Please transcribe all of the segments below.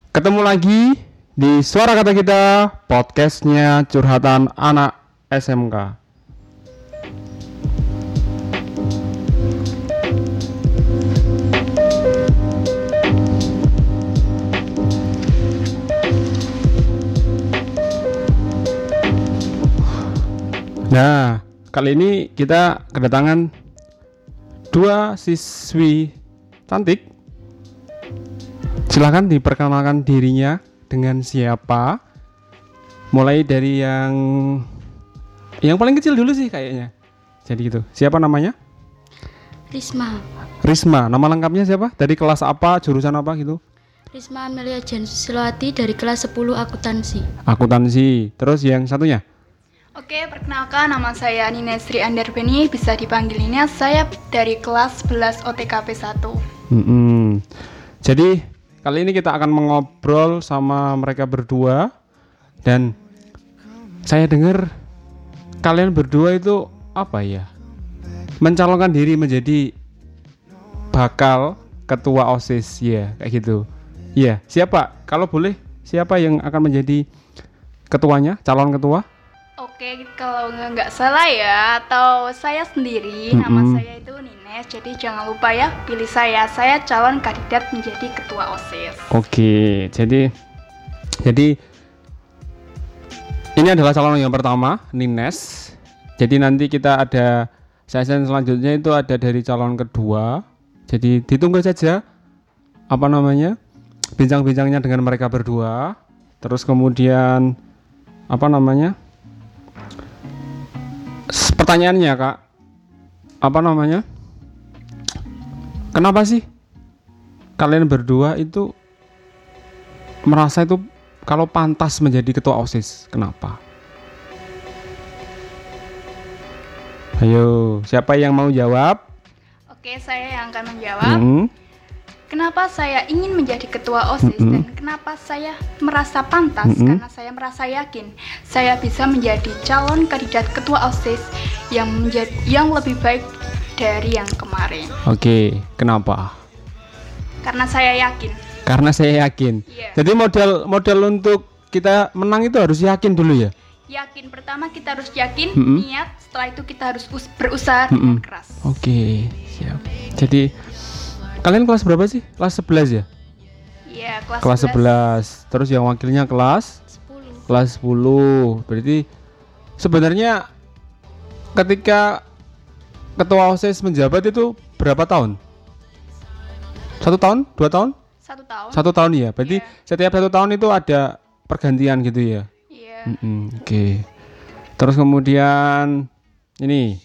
Ketemu lagi di Suara Kata Kita, podcastnya curhatan anak SMK. Nah, kali ini kita kedatangan dua siswi cantik. Silakan diperkenalkan dirinya dengan siapa. Mulai dari yang paling kecil dulu sih kayaknya. Jadi gitu. Siapa namanya? Risma. Nama lengkapnya siapa? Dari kelas apa? Jurusan apa gitu? Risma Amelia Jansusilawati dari kelas 10 akuntansi. Akuntansi. Terus yang satunya? Oke, perkenalkan nama saya Nina Sri Andarpeni, bisa dipanggil Nina. Saya dari kelas 11 OTKP 1. Jadi kali ini kita akan mengobrol sama mereka berdua. Dan saya dengar kalian berdua itu apa ya, mencalonkan diri menjadi bakal ketua OSIS ya, kayak gitu. Iya, siapa? Kalau boleh, siapa yang akan menjadi ketuanya, calon ketua? Oke, kalau nggak salah ya, atau saya sendiri, nama saya itu Nines, jadi jangan lupa ya, pilih saya calon kandidat menjadi ketua OSIS. Oke, jadi ini adalah calon yang pertama, Nines. Jadi nanti kita ada session selanjutnya itu ada dari calon kedua. Jadi ditunggu saja bincang-bincangnya dengan mereka berdua. Terus kemudian pertanyaannya Kak, kenapa sih kalian berdua itu merasa itu kalau pantas menjadi ketua OSIS? Kenapa? Ayo, siapa yang mau jawab? Oke, saya yang akan menjawab. Kenapa saya ingin menjadi ketua OSIS dan kenapa saya merasa pantas? Karena saya merasa yakin saya bisa menjadi calon kandidat ketua OSIS yang lebih baik dari yang kemarin. Oke, kenapa? Karena saya yakin. Yeah. Jadi modal untuk kita menang itu harus yakin dulu ya? Yakin, pertama kita harus yakin, niat, setelah itu kita harus berusaha dengan keras. Oke, siap. Jadi kalian kelas berapa sih? Kelas 11 ya? Iya, kelas 11. Terus yang wakilnya kelas 10. Kelas 10. Berarti sebenarnya ketika ketua OSIS menjabat itu berapa tahun? 1 tahun? 2 tahun? 1 tahun. 1 tahun ya. Berarti setiap 1 tahun itu ada pergantian gitu ya? Iya. Oke. Terus kemudian ini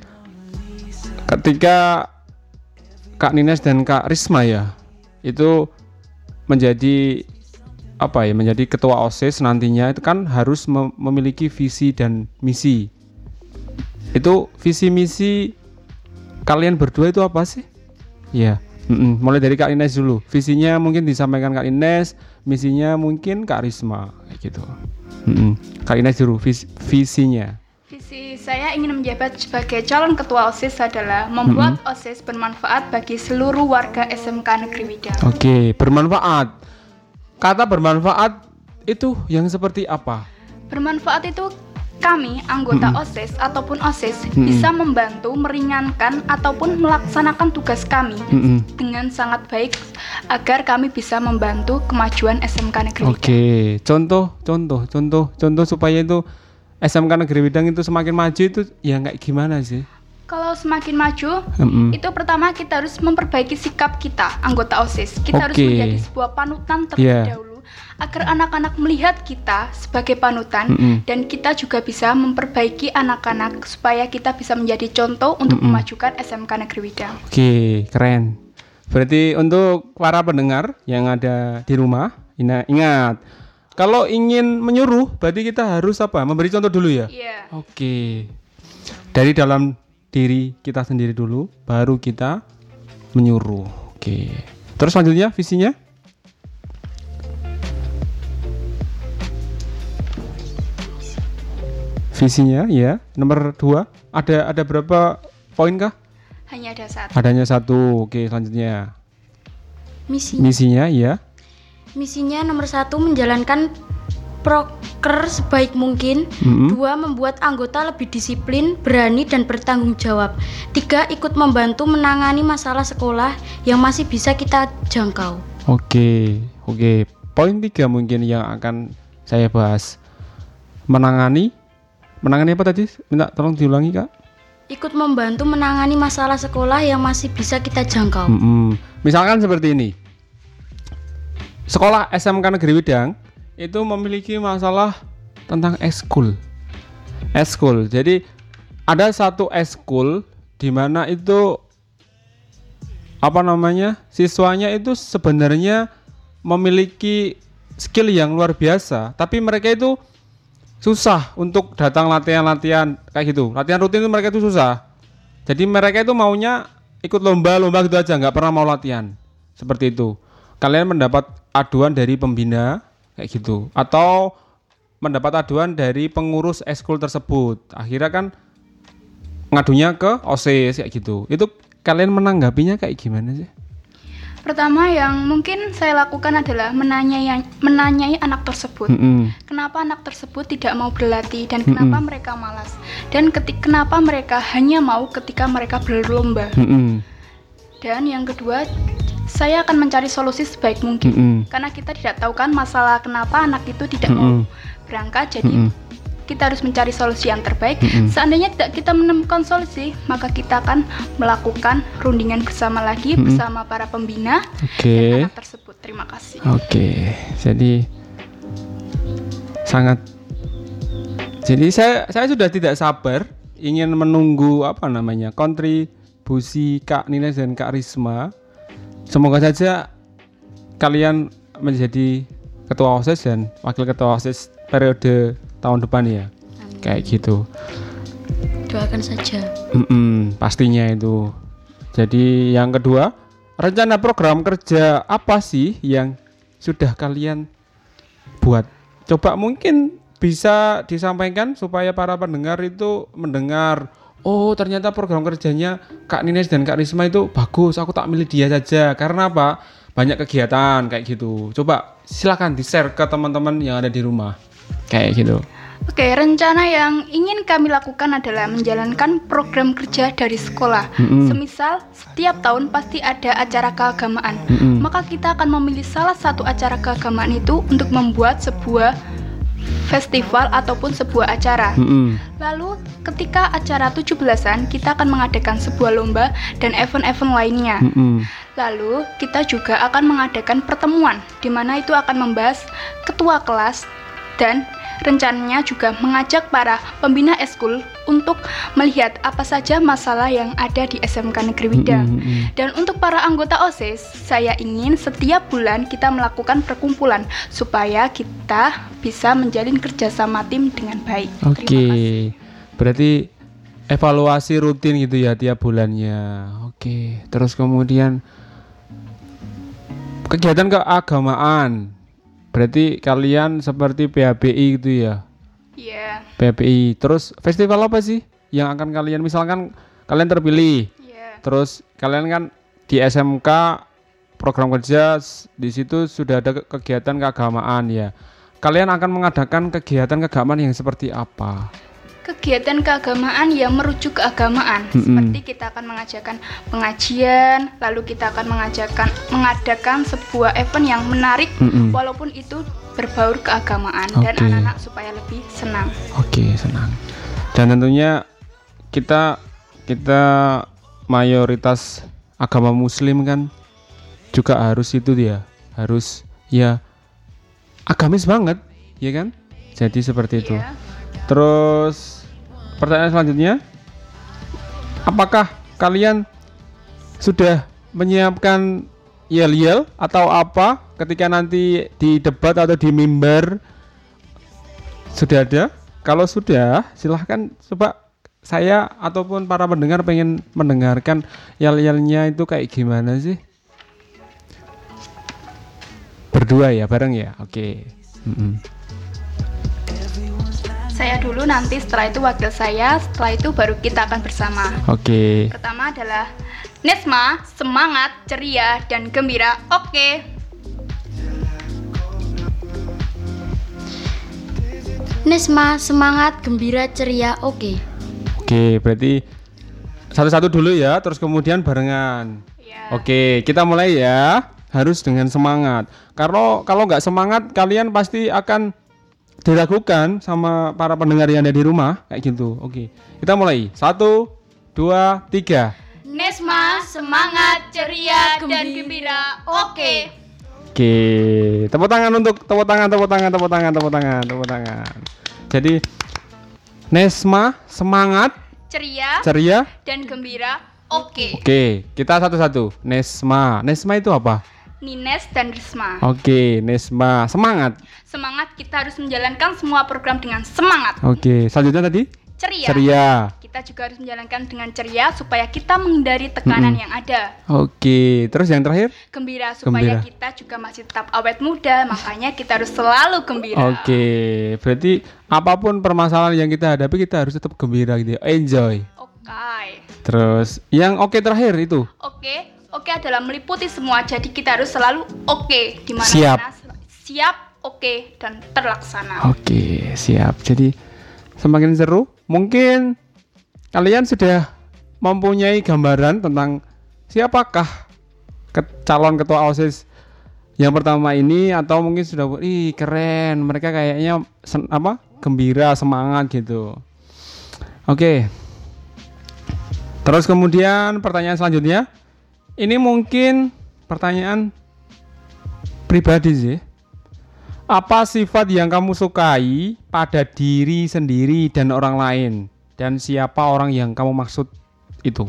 ketika Kak Nines dan Kak Risma ya, itu menjadi ketua OSIS nantinya itu kan harus memiliki visi dan misi. Itu visi misi kalian berdua itu apa sih? Ya, mulai dari Kak Nines dulu. Visinya mungkin disampaikan Kak Nines, misinya mungkin Kak Risma, kayak gitu. Kak Nines dulu visinya. Visi saya ingin menjabat sebagai calon ketua OSIS adalah membuat OSIS bermanfaat bagi seluruh warga SMK Negeri Widang. Oke, bermanfaat. Kata bermanfaat itu yang seperti apa? Bermanfaat itu kami, anggota OSIS ataupun OSIS, bisa membantu, meringankan ataupun melaksanakan tugas kami dengan sangat baik agar kami bisa membantu kemajuan SMK Negeri Widang. Oke, contoh supaya itu SMK Negeri Widang itu semakin maju itu ya kayak gimana sih? Kalau semakin maju, itu pertama kita harus memperbaiki sikap kita, anggota OSIS. Kita harus menjadi sebuah panutan terlebih dahulu, agar anak-anak melihat kita sebagai panutan, dan kita juga bisa memperbaiki anak-anak supaya kita bisa menjadi contoh untuk memajukan SMK Negeri Widang. Oke, keren. Berarti untuk para pendengar yang ada di rumah, ingat, kalau ingin menyuruh, berarti kita harus memberi contoh dulu ya? Iya. Oke. Dari dalam diri kita sendiri dulu, baru kita menyuruh. Oke. Terus selanjutnya visinya? Visinya ya, nomor 2. Ada berapa poin kah? Hanya ada satu. Adanya 1. Oke, selanjutnya. Misi. Misinya ya. Misinya nomor 1 menjalankan proker sebaik mungkin. 2 membuat anggota lebih disiplin, berani dan bertanggung jawab. 3 ikut membantu menangani masalah sekolah yang masih bisa kita jangkau. Oke. Poin 3 mungkin yang akan saya bahas. Menangani apa tadi? Minta tolong diulangi, Kak. Ikut membantu menangani masalah sekolah yang masih bisa kita jangkau. Misalkan seperti ini. Sekolah SMK Negeri Widang itu memiliki masalah tentang eskul. Jadi ada satu eskul di mana itu siswanya itu sebenarnya memiliki skill yang luar biasa, tapi mereka itu susah untuk datang latihan kayak gitu. Latihan rutin itu mereka itu susah. Jadi mereka itu maunya ikut lomba gitu aja, nggak pernah mau latihan. Seperti itu. Kalian mendapat aduan dari pembina kayak gitu, atau mendapat aduan dari pengurus eskul tersebut. Akhirnya kan ngadunya ke OSIS kayak gitu. Itu kalian menanggapinya kayak gimana sih? Pertama yang mungkin saya lakukan adalah menanyai anak tersebut. Kenapa anak tersebut tidak mau berlatih dan kenapa mereka malas, dan kenapa mereka hanya mau ketika mereka berlomba. Dan yang kedua, saya akan mencari solusi sebaik mungkin. Karena kita tidak tahu kan masalah kenapa anak itu tidak mau berangkat. Jadi kita harus mencari solusi yang terbaik. Seandainya tidak kita menemukan solusi, maka kita akan melakukan rundingan bersama lagi bersama para pembina dan anak tersebut. Terima kasih. Jadi saya sudah tidak sabar ingin menunggu kontribusi Kak Nines dan Kak Risma. Semoga saja kalian menjadi ketua OSIS dan wakil ketua OSIS periode tahun depan ya. Amin. Kayak gitu. Doakan saja. Pastinya itu. Jadi yang kedua, rencana program kerja apa sih yang sudah kalian buat? Coba mungkin bisa disampaikan supaya para pendengar itu mendengar, oh ternyata program kerjanya Kak Nines dan Kak Risma itu bagus, aku tak milih dia saja. Karena apa? Banyak kegiatan kayak gitu. Coba silakan di-share ke teman-teman yang ada di rumah. Kayak gitu. Oke, rencana yang ingin kami lakukan adalah menjalankan program kerja dari sekolah. Semisal setiap tahun pasti ada acara keagamaan. Maka kita akan memilih salah satu acara keagamaan itu untuk membuat sebuah festival ataupun sebuah acara. Lalu ketika acara 17-an kita akan mengadakan sebuah lomba dan event-event lainnya. Lalu kita juga akan mengadakan pertemuan di mana itu akan membahas ketua kelas dan rencananya juga mengajak para pembina eskul untuk melihat apa saja masalah yang ada di SMK Negeri Widang. Dan untuk para anggota OSIS, saya ingin setiap bulan kita melakukan perkumpulan supaya kita bisa menjalin kerjasama tim dengan baik. Oke, berarti evaluasi rutin gitu ya tiap bulannya. Oke, terus kemudian kegiatan keagamaan. Berarti kalian seperti PHBI gitu ya? Iya. PHBI. Terus festival apa sih yang akan kalian, misalkan kalian terpilih, terus kalian kan di SMK program kerja di situ sudah ada kegiatan keagamaan ya. Kalian akan mengadakan kegiatan keagamaan yang seperti apa? Kegiatan keagamaan yang merujuk keagamaan. Seperti kita akan mengajarkan pengajian, lalu kita akan mengadakan sebuah event yang menarik walaupun itu berbaur keagamaan dan anak-anak supaya lebih senang. Senang. Dan tentunya kita mayoritas agama muslim kan juga harus itu dia, harus ya agamis banget, ya kan? Jadi seperti itu. Terus pertanyaan selanjutnya, apakah kalian sudah menyiapkan yel-yel atau apa ketika nanti di debat atau di mimbar? Sudah ada? Kalau sudah, silahkan coba saya ataupun para pendengar pengen mendengarkan yel-yelnya itu kayak gimana sih? Berdua ya, bareng ya? Oke. Saya dulu, nanti setelah itu wakil saya, setelah itu baru kita akan bersama. Pertama adalah Nesma, semangat, ceria, dan gembira. Nesma, semangat, gembira, ceria, oke. Oke, berarti satu-satu dulu ya, terus kemudian barengan. Oke, kita mulai ya. Harus dengan semangat. Kalau nggak semangat, kalian pasti akan diragukan sama para pendengar yang ada di rumah kayak gitu. Oke, kita mulai. 1, 2, 3. Nesma, semangat, ceria, dan gembira. Oke. Oke, tepuk tangan. Jadi Nesma, semangat, ceria, dan gembira. Oke. Oke, kita satu-satu. Nesma itu apa? Nines dan Risma. Oke, Nesma, semangat. Semangat, kita harus menjalankan semua program dengan semangat. Oke, selanjutnya tadi? Ceria. Kita juga harus menjalankan dengan ceria supaya kita menghindari tekanan yang ada. Oke, terus yang terakhir? Gembira, supaya kita juga masih tetap awet muda, makanya kita harus selalu gembira. Oke, berarti apapun permasalahan yang kita hadapi, kita harus tetap gembira gitu ya. Enjoy. Oke. Terus yang terakhir itu? Oke adalah meliputi semua, jadi kita harus selalu oke, dimana siap, oke, dan terlaksana. Oke, siap. Jadi semakin seru. Mungkin kalian sudah mempunyai gambaran tentang siapakah calon ketua OSIS yang pertama ini, atau mungkin sudah keren, mereka kayaknya gembira, semangat gitu. Oke. Terus kemudian pertanyaan selanjutnya. Ini mungkin pertanyaan pribadi sih. Apa sifat yang kamu sukai pada diri sendiri dan orang lain? Dan siapa orang yang kamu maksud itu?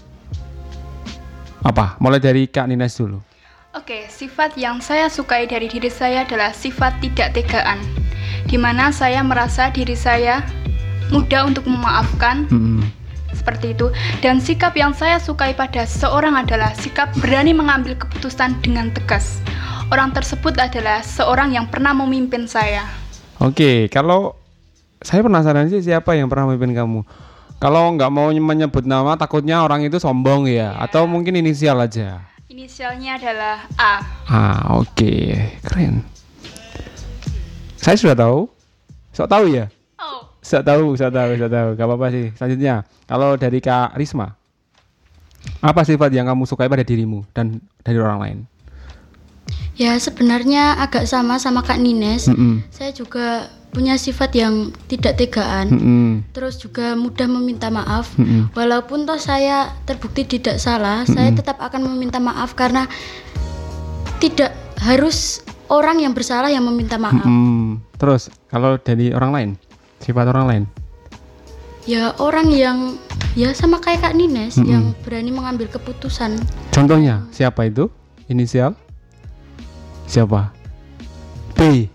Apa? Mulai dari Kak Nines dulu. Oke, sifat yang saya sukai dari diri saya adalah sifat tidak tegaan. Di mana saya merasa diri saya mudah untuk memaafkan. Seperti itu. Dan sikap yang saya sukai pada seorang adalah sikap berani mengambil keputusan dengan tegas. Orang tersebut adalah seorang yang pernah memimpin saya. Oke, kalau saya penasaran sih siapa yang pernah memimpin kamu. Kalau nggak mau menyebut nama, takutnya orang itu sombong ya, atau mungkin inisial aja. Inisialnya adalah A. Oke, keren. Saya sudah tahu. Sok tahu ya? Saya tahu. Gak apa-apa sih. Selanjutnya, kalau dari Kak Risma, apa sifat yang kamu sukai pada dirimu dan dari orang lain? Ya sebenarnya agak sama Kak Nines. Saya juga punya sifat yang tidak tegaan. Terus juga mudah meminta maaf. Walaupun toh saya terbukti tidak salah, saya tetap akan meminta maaf karena tidak harus orang yang bersalah yang meminta maaf. Terus kalau dari orang lain? Sifat orang lain? Ya orang yang sama kayak Kak Nines, yang berani mengambil keputusan. Contohnya siapa itu? Inisial? Siapa? B.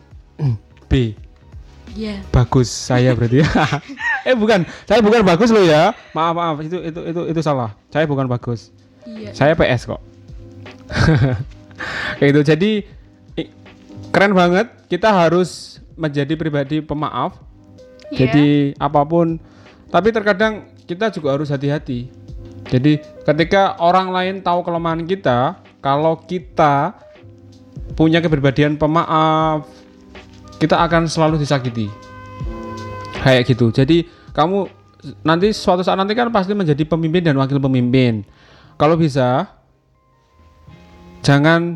Ya. Bagus saya berarti. Bukan, saya bukan Bagus loh ya. Maaf, itu salah. Saya bukan Bagus. Iya. Saya PS kok. Kayak gitu. Jadi keren banget. Kita harus menjadi pribadi pemaaf. Jadi apapun, tapi terkadang kita juga harus hati-hati. Jadi ketika orang lain tahu kelemahan kita, kalau kita punya kepribadian pemaaf, kita akan selalu disakiti. Kayak gitu. Jadi kamu nanti suatu saat nanti kan pasti menjadi pemimpin dan wakil pemimpin. Kalau bisa jangan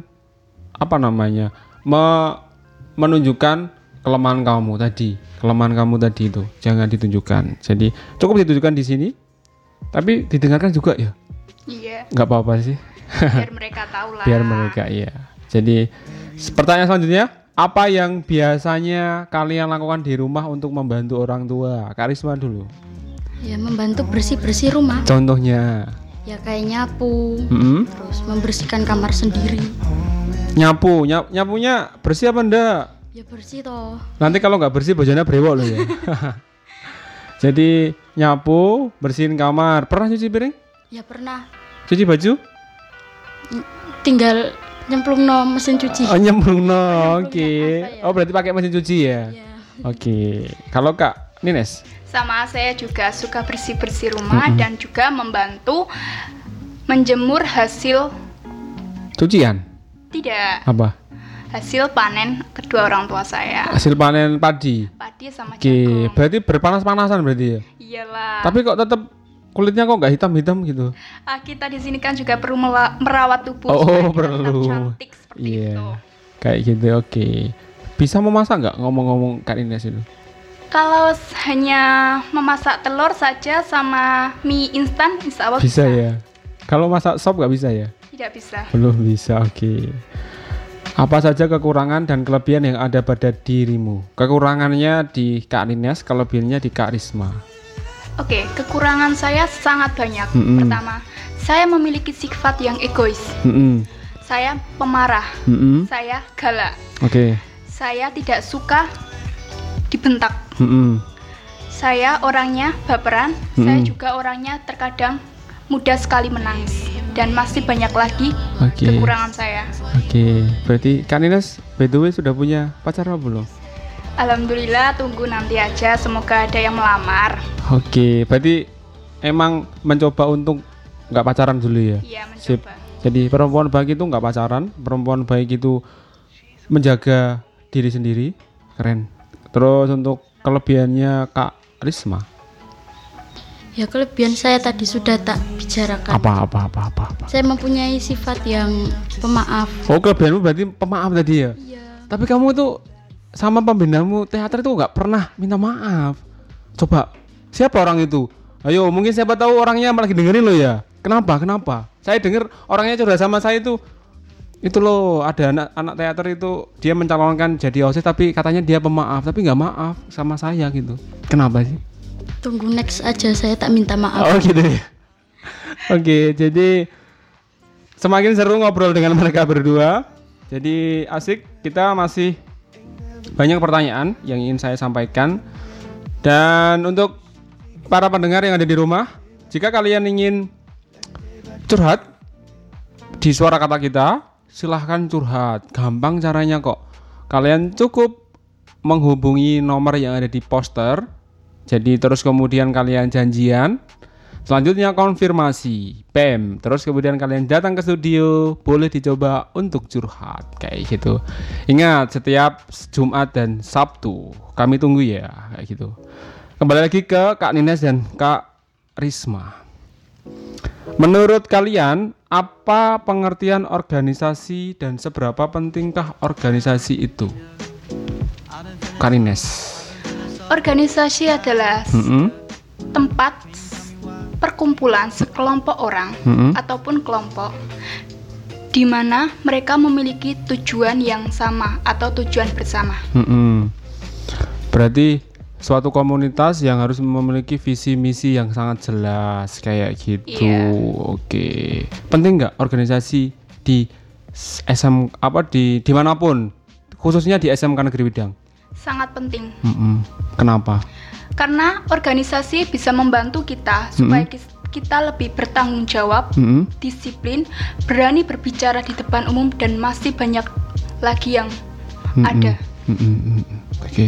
menunjukkan kelemahan kamu tadi itu jangan ditunjukkan. Jadi cukup ditunjukkan di sini, tapi didengarkan juga ya. Iya. Nggak apa-apa sih. Biar mereka tahu lah. Biar mereka iya. Jadi pertanyaan selanjutnya, apa yang biasanya kalian lakukan di rumah untuk membantu orang tua? Kak Risma dulu. Ya membantu bersih-bersih rumah. Contohnya? Ya kayak nyapu, terus membersihkan kamar sendiri. Nyapunya bersih apa enggak? Ya bersih toh. Nanti kalau nggak bersih bojone brewok loh ya. Jadi nyapu, bersihin kamar. Pernah cuci piring? Ya pernah. Cuci baju? Tinggal nyemplungno mesin cuci. Oh nyemplungno, oke. Ya? Oh berarti pakai mesin cuci ya? Iya. Oke. Kalau Kak Nines? Sama, saya juga suka bersih-bersih rumah dan juga membantu menjemur hasil cucian? Tidak. Apa? Hasil panen kedua orang tua saya. Hasil panen padi. Padi sama jagung. Berarti berpanas-panasan berarti ya? Iyalah. Tapi kok tetap kulitnya kok nggak hitam-hitam gitu? Kita di sini kan juga perlu merawat tubuh supaya perlu cantik seperti itu. Kayak gitu, oke. Bisa memasak nggak ngomong-ngomong Kak Ines itu? Kalau hanya memasak telur saja sama mie instan, insya Allah bisa. Ya. Kalau masak sop nggak bisa ya? Tidak bisa. Belum bisa, oke. Apa saja kekurangan dan kelebihan yang ada pada dirimu? Kekurangannya di Kak Ines, kelebihannya di Kak Risma. Oke, kekurangan saya sangat banyak. Pertama, saya memiliki sifat yang egois. Saya pemarah. Saya galak. Saya tidak suka dibentak. Saya orangnya baperan. Saya juga orangnya terkadang mudah sekali menangis. Dan masih banyak lagi kekurangan saya. Berarti Kak Ines by the way sudah punya pacar apa belum? Alhamdulillah, tunggu nanti aja, semoga ada yang melamar. Berarti emang mencoba untuk nggak pacaran dulu ya? Iya, mencoba. Jadi perempuan baik itu nggak pacaran, perempuan baik itu menjaga diri sendiri, keren. Terus untuk kelebihannya Kak Risma? Ya, kelebihan saya tadi sudah tak bicarakan. Apa? Saya mempunyai sifat yang pemaaf. Kelebihanmu berarti pemaaf tadi ya? Iya. Tapi kamu tuh sama pembinamu teater itu nggak pernah minta maaf. Coba, siapa orang itu? Ayo, mungkin siapa tahu orangnya lagi dengerin lo ya. Kenapa? Saya dengar orangnya curhat sama saya itu loh, ada anak teater itu dia mencalonkan jadi OSIS tapi katanya dia pemaaf, tapi nggak maaf sama saya gitu. Kenapa sih? Tunggu next aja, saya tak minta maaf. Gitu ya. Jadi semakin seru ngobrol dengan mereka berdua. Jadi asik, kita masih banyak pertanyaan yang ingin saya sampaikan. Dan untuk para pendengar yang ada di rumah, jika kalian ingin curhat di Suara Kata Kita, silahkan curhat. Gampang caranya kok. Kalian cukup menghubungi nomor yang ada di poster. Jadi terus kemudian kalian janjian, selanjutnya konfirmasi PEM, terus kemudian kalian datang ke studio, boleh dicoba untuk curhat kayak gitu. Ingat, setiap Jumat dan Sabtu kami tunggu ya, kayak gitu. Kembali lagi ke Kak Nines dan Kak Risma. Menurut kalian, apa pengertian organisasi dan seberapa pentingkah organisasi itu? Kak Nines. Organisasi adalah tempat perkumpulan sekelompok orang ataupun kelompok di mana mereka memiliki tujuan yang sama atau tujuan bersama. Berarti suatu komunitas yang harus memiliki visi misi yang sangat jelas kayak gitu. Oke. Penting nggak organisasi di dimanapun, khususnya di SMK Negeri Widang? Sangat penting. Kenapa? Karena organisasi bisa membantu kita supaya kita lebih bertanggung jawab, disiplin, berani berbicara di depan umum, dan masih banyak lagi yang ada. Oke.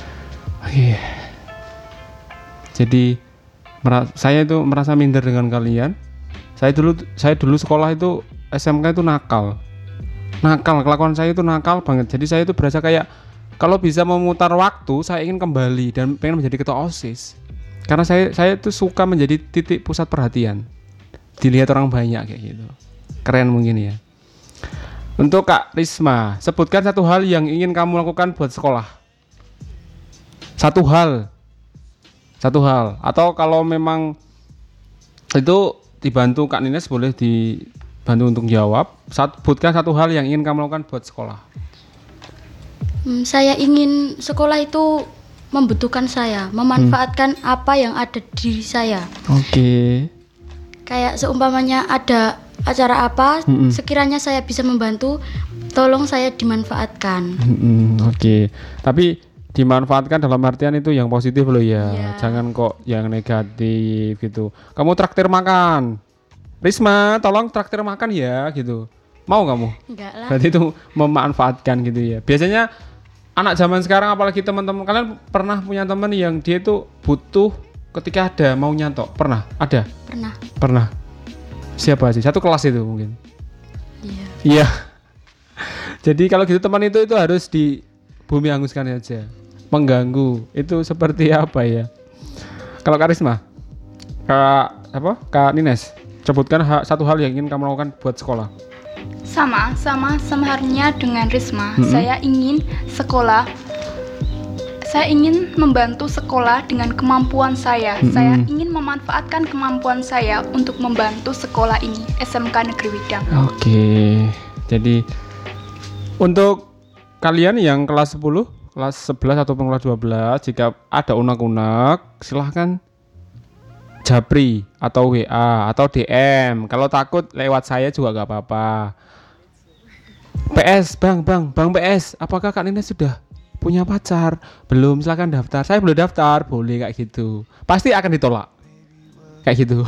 Jadi saya itu merasa minder dengan kalian. Saya dulu sekolah itu SMK itu nakal. Kelakuan saya itu nakal banget. Jadi saya itu berasa kayak kalau bisa memutar waktu, saya ingin kembali dan pengen menjadi ketua OSIS. Karena saya tuh suka menjadi titik pusat perhatian, dilihat orang banyak kayak gitu. Keren mungkin ya. Untuk Kak Risma, sebutkan satu hal yang ingin kamu lakukan buat sekolah. Satu hal. Atau kalau memang itu dibantu Kak Nines, boleh dibantu untuk jawab. Sebutkan satu hal yang ingin kamu lakukan buat sekolah. Saya ingin sekolah itu membutuhkan saya, memanfaatkan apa yang ada di diri saya. Kayak seumpamanya ada acara apa, sekiranya saya bisa membantu, tolong saya dimanfaatkan. Tapi dimanfaatkan dalam artian itu yang positif loh ya. Jangan kok yang negatif gitu. Kamu traktir makan, Risma, tolong traktir makan ya gitu. Mau kamu? Enggak lah. Berarti itu memanfaatkan gitu ya. Biasanya anak zaman sekarang, apalagi teman-teman kalian pernah punya teman yang dia itu butuh ketika ada mau nyantok? Pernah? Ada? Pernah. Siapa sih? Satu kelas itu mungkin. Iya. Jadi kalau gitu teman itu harus di bumi hanguskan saja. Mengganggu itu seperti apa ya? Kalau Karisma, Kak Nines, sebutkan satu hal yang ingin kamu lakukan buat sekolah. Sama halnya dengan Risma. Saya ingin sekolah. Saya ingin membantu sekolah dengan kemampuan saya. Saya ingin memanfaatkan kemampuan saya untuk membantu sekolah ini, SMK Negeri Widang. Oke. Jadi untuk kalian yang kelas 10, kelas 11 ataupun kelas 12, jika ada unek-unek, silahkan japri atau WA atau DM. Kalau takut lewat saya juga gak apa-apa. PS, Bang PS, apakah Kak Nines sudah punya pacar? Belum, silakan daftar. Saya belum daftar, boleh kayak gitu. Pasti akan ditolak. Kayak gitu.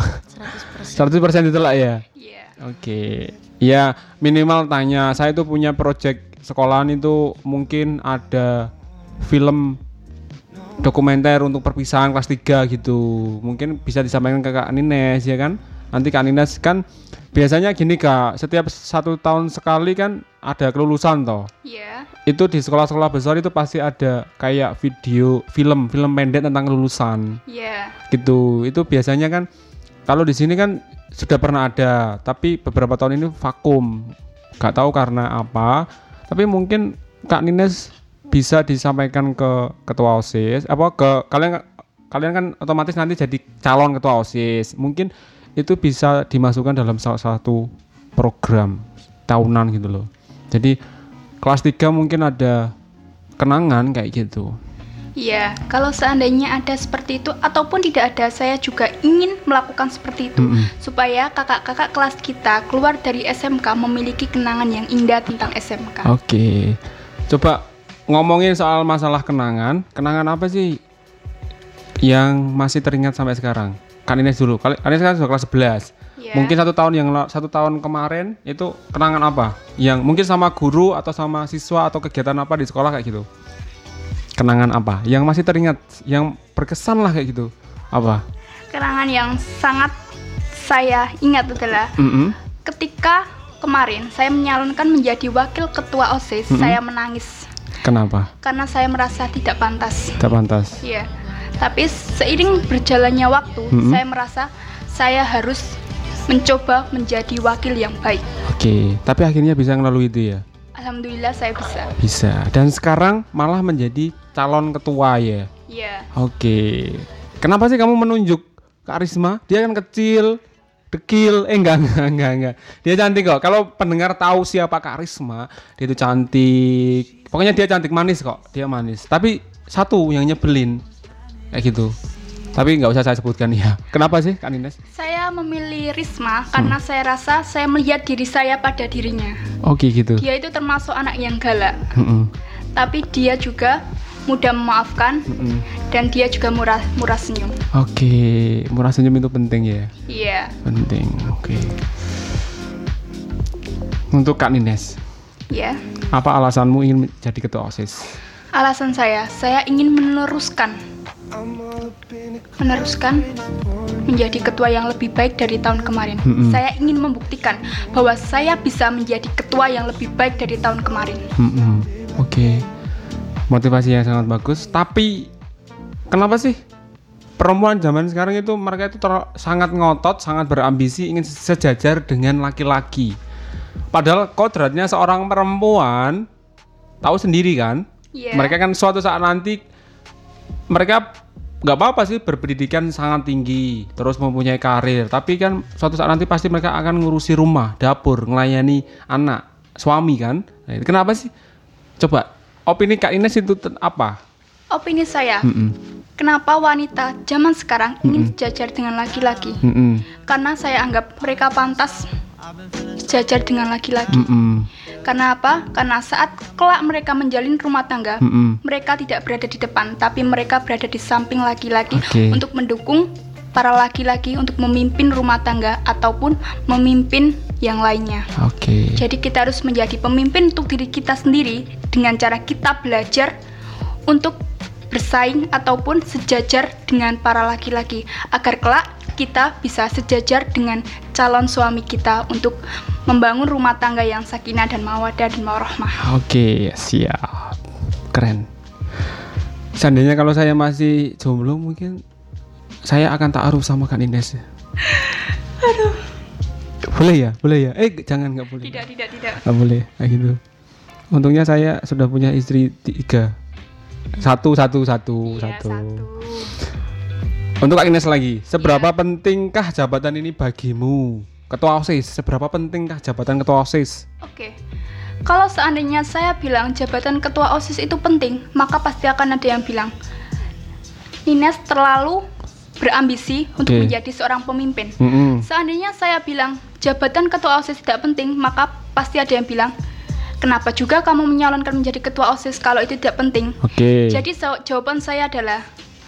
100% ditolak ya? Iya. Oke. Ya, minimal tanya, saya itu punya project sekolahan itu mungkin ada film dokumenter untuk perpisahan kelas 3 gitu. Mungkin bisa disampaikan ke Kak Nines ya kan? Nanti Kak Nines kan biasanya gini Kak, setiap 1 tahun sekali kan ada kelulusan toh. Iya. Itu di sekolah-sekolah besar itu pasti ada kayak film pendek tentang kelulusan. Iya. Gitu. Itu biasanya kan kalau di sini kan sudah pernah ada, tapi beberapa tahun ini vakum. Gak tahu karena apa. Tapi mungkin Kak Nines bisa disampaikan ke ketua OSIS, ke kalian kan otomatis nanti jadi calon ketua OSIS. Mungkin itu bisa dimasukkan dalam salah satu program tahunan gitu loh. Jadi kelas 3 mungkin ada kenangan kayak gitu. Iya, kalau seandainya ada seperti itu ataupun tidak ada, saya juga ingin melakukan seperti itu supaya kakak-kakak kelas kita keluar dari SMK memiliki kenangan yang indah tentang SMK. Oke. Coba ngomongin soal masalah kenangan apa sih yang masih teringat sampai sekarang? Kak Nines dulu. Kak Nines kan sudah kelas 11. Yeah. Mungkin 1 tahun kemarin itu kenangan apa? Yang mungkin sama guru atau sama siswa atau kegiatan apa di sekolah kayak gitu? Kenangan apa? Yang masih teringat, yang berkesan lah kayak gitu. Apa? Kenangan yang sangat saya ingat adalah ketika kemarin saya menyalonkan menjadi wakil ketua OSIS, saya menangis. Kenapa? Karena saya merasa tidak pantas. Tidak pantas. Iya. Tapi seiring berjalannya waktu, saya merasa saya harus mencoba menjadi wakil yang baik. Oke, tapi akhirnya bisa melalui itu ya? Alhamdulillah saya bisa. Bisa. Dan sekarang malah menjadi calon ketua ya? Iya. Oke. Kenapa sih kamu menunjuk Kak Risma? Dia kan kecil, dekil. Enggak. Dia cantik kok. Kalau pendengar tahu siapa Kak Risma, dia itu cantik. Pokoknya dia cantik, manis kok. Dia manis. Tapi satu yang nyebelin. Kayak gitu. Tapi nggak usah saya sebutkan ya. Kenapa sih Kak Nines? Saya memilih Risma karena saya rasa saya melihat diri saya pada dirinya. Oke gitu. Dia itu termasuk anak yang galak. Tapi dia juga mudah memaafkan dan dia juga murah senyum. Oke, murah senyum itu penting ya? Iya. Penting. Oke. Untuk Kak Nines. Iya. Apa alasanmu ingin jadi ketua OSIS? Alasan saya ingin meneruskan menjadi ketua yang lebih baik dari tahun kemarin. Saya ingin membuktikan bahwa saya bisa menjadi ketua yang lebih baik dari tahun kemarin. Oke. Motivasi yang sangat bagus. Tapi kenapa sih perempuan zaman sekarang itu mereka itu sangat ngotot, sangat berambisi ingin sejajar dengan laki-laki. Padahal kodratnya seorang perempuan tahu sendiri kan? Yeah. Mereka kan suatu saat nanti mereka nggak apa-apa sih berpendidikan sangat tinggi, terus mempunyai karir, tapi kan suatu saat nanti pasti mereka akan ngurusi rumah, dapur, melayani anak, suami kan. Nah, kenapa sih? Coba opini Kak Ines itu apa? Opini saya, kenapa wanita zaman sekarang ingin sejajar dengan laki-laki? Karena saya anggap mereka pantas sejajar dengan laki-laki. Karena apa? Karena saat kelak mereka menjalin rumah tangga, mereka tidak berada di depan, tapi mereka berada di samping laki-laki untuk mendukung para laki-laki untuk memimpin rumah tangga ataupun memimpin yang lainnya. Jadi kita harus menjadi pemimpin untuk diri kita sendiri dengan cara kita belajar untuk bersaing ataupun sejajar dengan para laki-laki, agar kelak kita bisa sejajar dengan calon suami kita untuk membangun rumah tangga yang sakinah dan mawaddah dan warahmah. Oke, siap. Keren. Seandainya kalau saya masih jomblo, mungkin saya akan ta'aruf sama Kak Nines. Aduh. Boleh ya? Jangan, nggak boleh. Tidak. Nggak boleh, kayak gitu. Untungnya saya sudah punya istri 3. Satu. Untuk Kak Ines lagi, seberapa pentingkah jabatan ini bagimu? Ketua OSIS, seberapa pentingkah jabatan Ketua OSIS? Oke. Kalau seandainya saya bilang jabatan Ketua OSIS itu penting, maka pasti akan ada yang bilang Nines terlalu berambisi untuk menjadi seorang pemimpin. Seandainya saya bilang jabatan Ketua OSIS tidak penting, maka pasti ada yang bilang kenapa juga kamu menyalonkan menjadi Ketua OSIS kalau itu tidak penting. Jadi jawaban saya adalah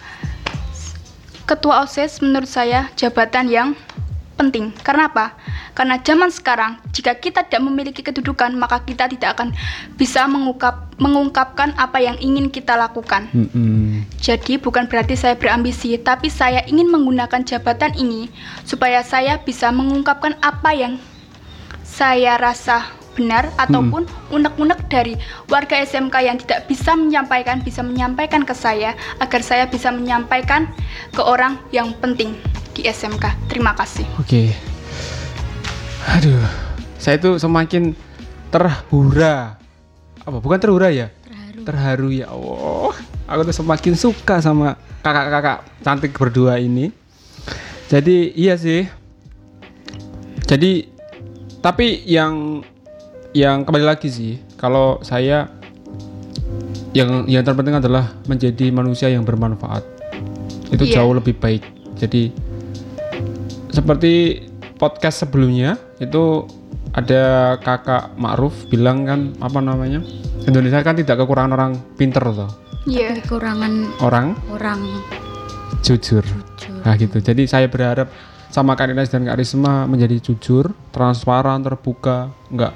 Ketua OSIS menurut saya jabatan yang penting. Karena apa? Karena zaman sekarang jika kita tidak memiliki kedudukan, maka kita tidak akan bisa mengungkapkan apa yang ingin kita lakukan. Jadi bukan berarti saya berambisi, tapi saya ingin menggunakan jabatan ini supaya saya bisa mengungkapkan apa yang saya rasa benar ataupun unek-unek dari warga SMK yang tidak bisa menyampaikan ke saya, agar saya bisa menyampaikan ke orang yang penting di SMK. Terima kasih. Oke. Aduh, saya itu semakin terhura. Apa? Bukan terhura ya? Terharu ya Allah. Aku tuh semakin suka sama kakak-kakak cantik berdua ini. Jadi iya sih. Jadi tapi yang kembali lagi sih, kalau saya yang terpenting adalah menjadi manusia yang bermanfaat. Itu jauh lebih baik. Jadi seperti podcast sebelumnya itu ada kakak Ma'ruf bilang kan, apa namanya, Indonesia kan tidak kekurangan orang pinter toh. Iya. Kekurangan orang jujur. Nah gitu. Jadi saya berharap sama Kak Ines dan Kak Risma menjadi jujur, transparan, terbuka, enggak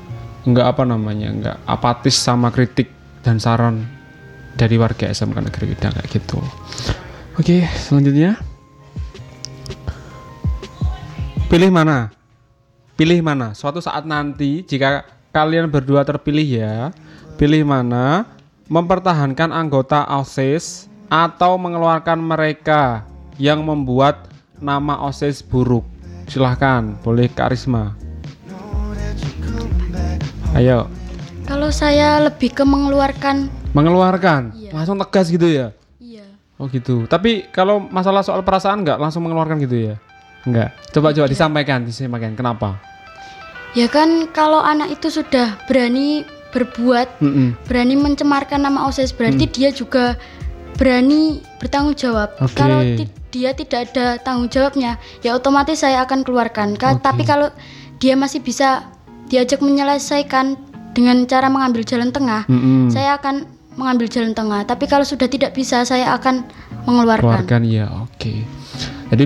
apatis sama kritik dan saran dari warga SMK Negeri Widang kayak gitu. Oke, selanjutnya pilih mana suatu saat nanti jika kalian berdua terpilih ya, pilih mana, mempertahankan anggota OSIS atau mengeluarkan mereka yang membuat nama OSIS buruk. Silahkan, boleh Kak Risma. Ayo. Kalau saya lebih ke mengeluarkan. Iya. Langsung tegas gitu ya? Iya. Oh gitu. Tapi kalau masalah soal perasaan nggak langsung mengeluarkan gitu ya? Enggak. Coba disampaikan. Kenapa? Ya kan kalau anak itu sudah berani berbuat, berani mencemarkan nama OSIS, berarti dia juga berani bertanggung jawab. Kalau dia tidak ada tanggung jawabnya, ya otomatis saya akan keluarkan. Tapi kalau dia masih bisa diajak menyelesaikan dengan cara mengambil jalan tengah, saya akan mengambil jalan tengah. Tapi kalau sudah tidak bisa, saya akan mengeluarkan. Ya, oke. Jadi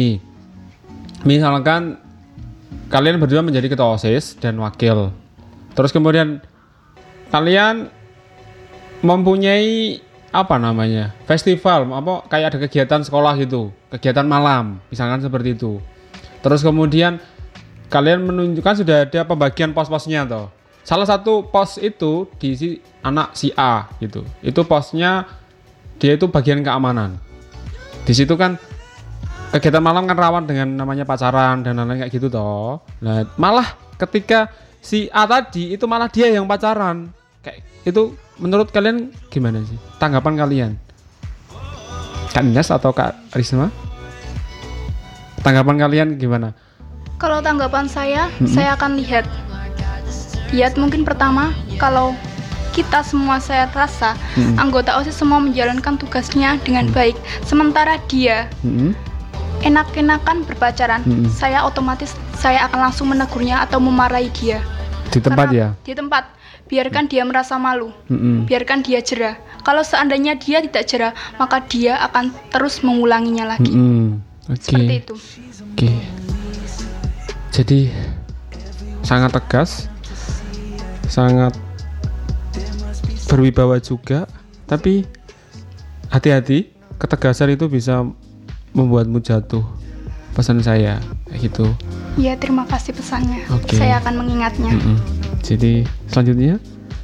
misalkan kalian berdua menjadi ketua OSIS dan wakil. Terus kemudian kalian mempunyai festival, kayak ada kegiatan sekolah gitu, kegiatan malam, misalkan seperti itu. Terus kemudian kalian menunjukkan sudah ada pembagian pos-posnya toh. Salah satu pos itu diisi anak si A gitu. Itu posnya dia itu bagian keamanan. Di situ kan kegiatan malam kan rawan dengan namanya pacaran dan lain-lain kayak gitu toh. Nah, malah ketika si A tadi itu malah dia yang pacaran. Kayak itu menurut kalian gimana sih? Tanggapan kalian? Kak Ines atau Kak Risma? Tanggapan kalian gimana? Kalau tanggapan saya akan lihat mungkin pertama, kalau kita semua, saya rasa anggota OSIS semua menjalankan tugasnya dengan baik. Sementara dia enak-enakan berpacaran, saya akan langsung menegurnya atau memarahi dia. Di tempat ya? Di tempat. Biarkan dia merasa malu, biarkan dia jera. Kalau seandainya dia tidak jera, maka dia akan terus mengulanginya lagi. Seperti itu. Jadi sangat tegas, sangat berwibawa juga, tapi hati-hati, ketegasan itu bisa membuatmu jatuh. Pesan saya kayak gitu. Iya, terima kasih pesannya. Okay. Saya akan mengingatnya. Jadi selanjutnya,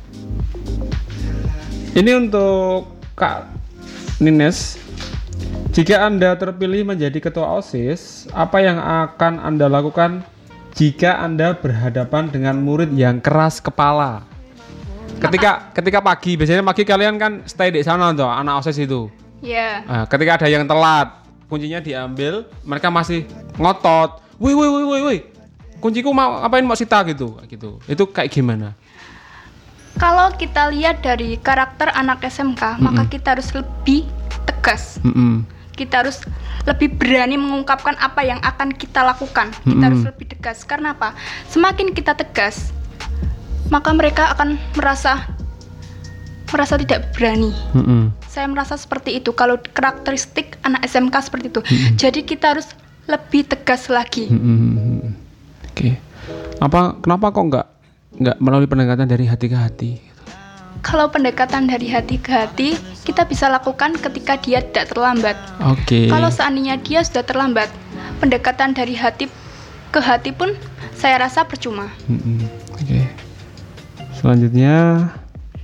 ini untuk Kak Nines. Jika Anda terpilih menjadi ketua OSIS, apa yang akan Anda lakukan jika Anda berhadapan dengan murid yang keras kepala? Ketika pagi, biasanya pagi kalian kan stay di sana toh, anak OSIS itu. Iya. Nah, ketika ada yang telat, kuncinya diambil, mereka masih ngotot. Woi. Kunciku mau ngapain, mau sita gitu. Itu kayak gimana? Kalau kita lihat dari karakter anak SMK, maka kita harus lebih tegas. Kita harus lebih berani mengungkapkan apa yang akan kita lakukan. Kita harus lebih tegas. Karena apa? Semakin kita tegas, maka mereka akan merasa tidak berani. Saya merasa seperti itu. Kalau karakteristik anak SMK seperti itu. Jadi kita harus lebih tegas lagi. Oke. Kenapa kok nggak melalui pendekatan dari hati ke hati? Kalau pendekatan dari hati ke hati, kita bisa lakukan ketika dia tidak terlambat. Oke. Kalau seandainya dia sudah terlambat, pendekatan dari hati ke hati pun saya rasa percuma. Oke. Selanjutnya,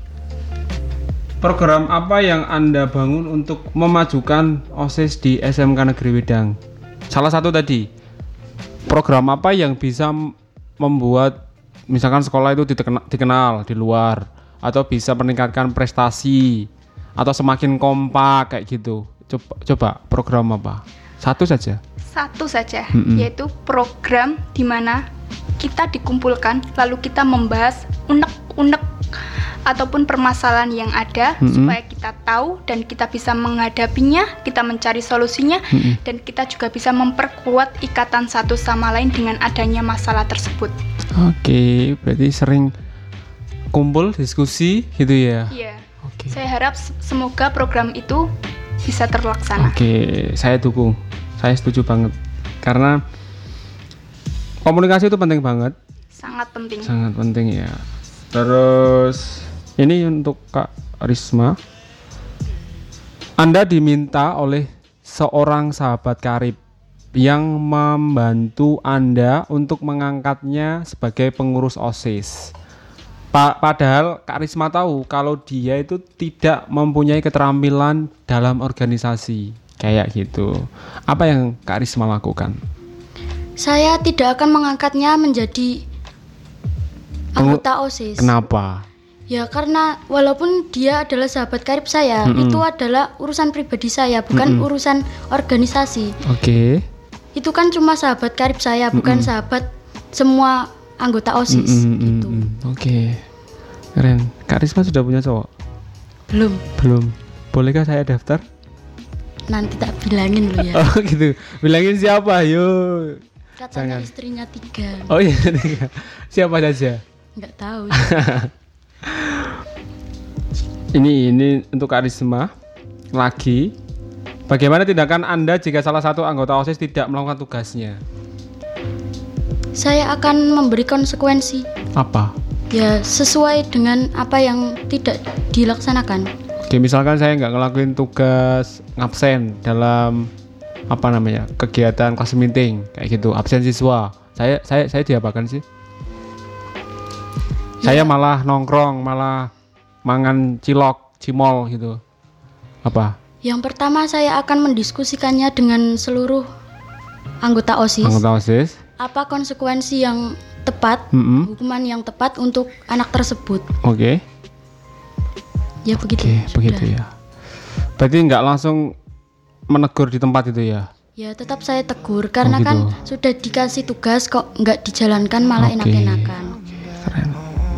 program apa yang Anda bangun untuk memajukan OSIS di SMK Negeri Wedang? Salah satu tadi, program apa yang bisa membuat misalkan sekolah itu dikenal di luar, atau bisa meningkatkan prestasi, atau semakin kompak kayak gitu. Coba program apa? Satu saja, yaitu program di mana kita dikumpulkan lalu kita membahas unek-unek ataupun permasalahan yang ada, supaya kita tahu dan kita bisa menghadapinya, kita mencari solusinya, dan kita juga bisa memperkuat ikatan satu sama lain dengan adanya masalah tersebut. Oke, berarti sering kumpul diskusi gitu ya? Iya. Okay. Saya harap semoga program itu bisa terlaksana. Oke, saya dukung. Saya setuju banget. Karena komunikasi itu penting banget. Sangat penting. Sangat penting ya. Terus ini untuk Kak Risma. Anda diminta oleh seorang sahabat karib yang membantu Anda untuk mengangkatnya sebagai pengurus OSIS. Padahal Kak Risma tahu kalau dia itu tidak mempunyai keterampilan dalam organisasi kayak gitu. Apa yang Kak Risma lakukan? Saya tidak akan mengangkatnya menjadi anggota OSIS. Kenapa? Ya karena walaupun dia adalah sahabat karib saya, itu adalah urusan pribadi saya, bukan urusan organisasi. Oke. Itu kan cuma sahabat karib saya, bukan sahabat semua anggota OSIS gitu. Oke. Keren. Kak Risma sudah punya cowok? Belum. Bolehkah saya daftar? Nanti tak bilangin lu ya. Oh gitu. Bilangin siapa? Ayo. Katanya istrinya 3. Oh iya 3. Siapa saja? Enggak tahu. Ini untuk Kak Risma. Lagi. Bagaimana tindakan Anda jika salah satu anggota OSIS tidak melakukan tugasnya? Saya akan memberi konsekuensi. Apa? Ya sesuai dengan apa yang tidak dilaksanakan. Oke, misalkan saya nggak ngelakuin tugas ngabsen dalam kegiatan kelas meeting kayak gitu, absen siswa. Saya diapakan sih? Ya. Saya malah nongkrong, malah mangan cimol gitu. Apa? Yang pertama saya akan mendiskusikannya dengan seluruh anggota OSIS. Apa konsekuensi yang tepat, hukuman yang tepat untuk anak tersebut. Oke. Ya begitu. Begitu ya. Berarti nggak langsung menegur di tempat itu ya? Ya tetap saya tegur karena kan sudah dikasih tugas kok nggak dijalankan malah enak-enakan. Keren.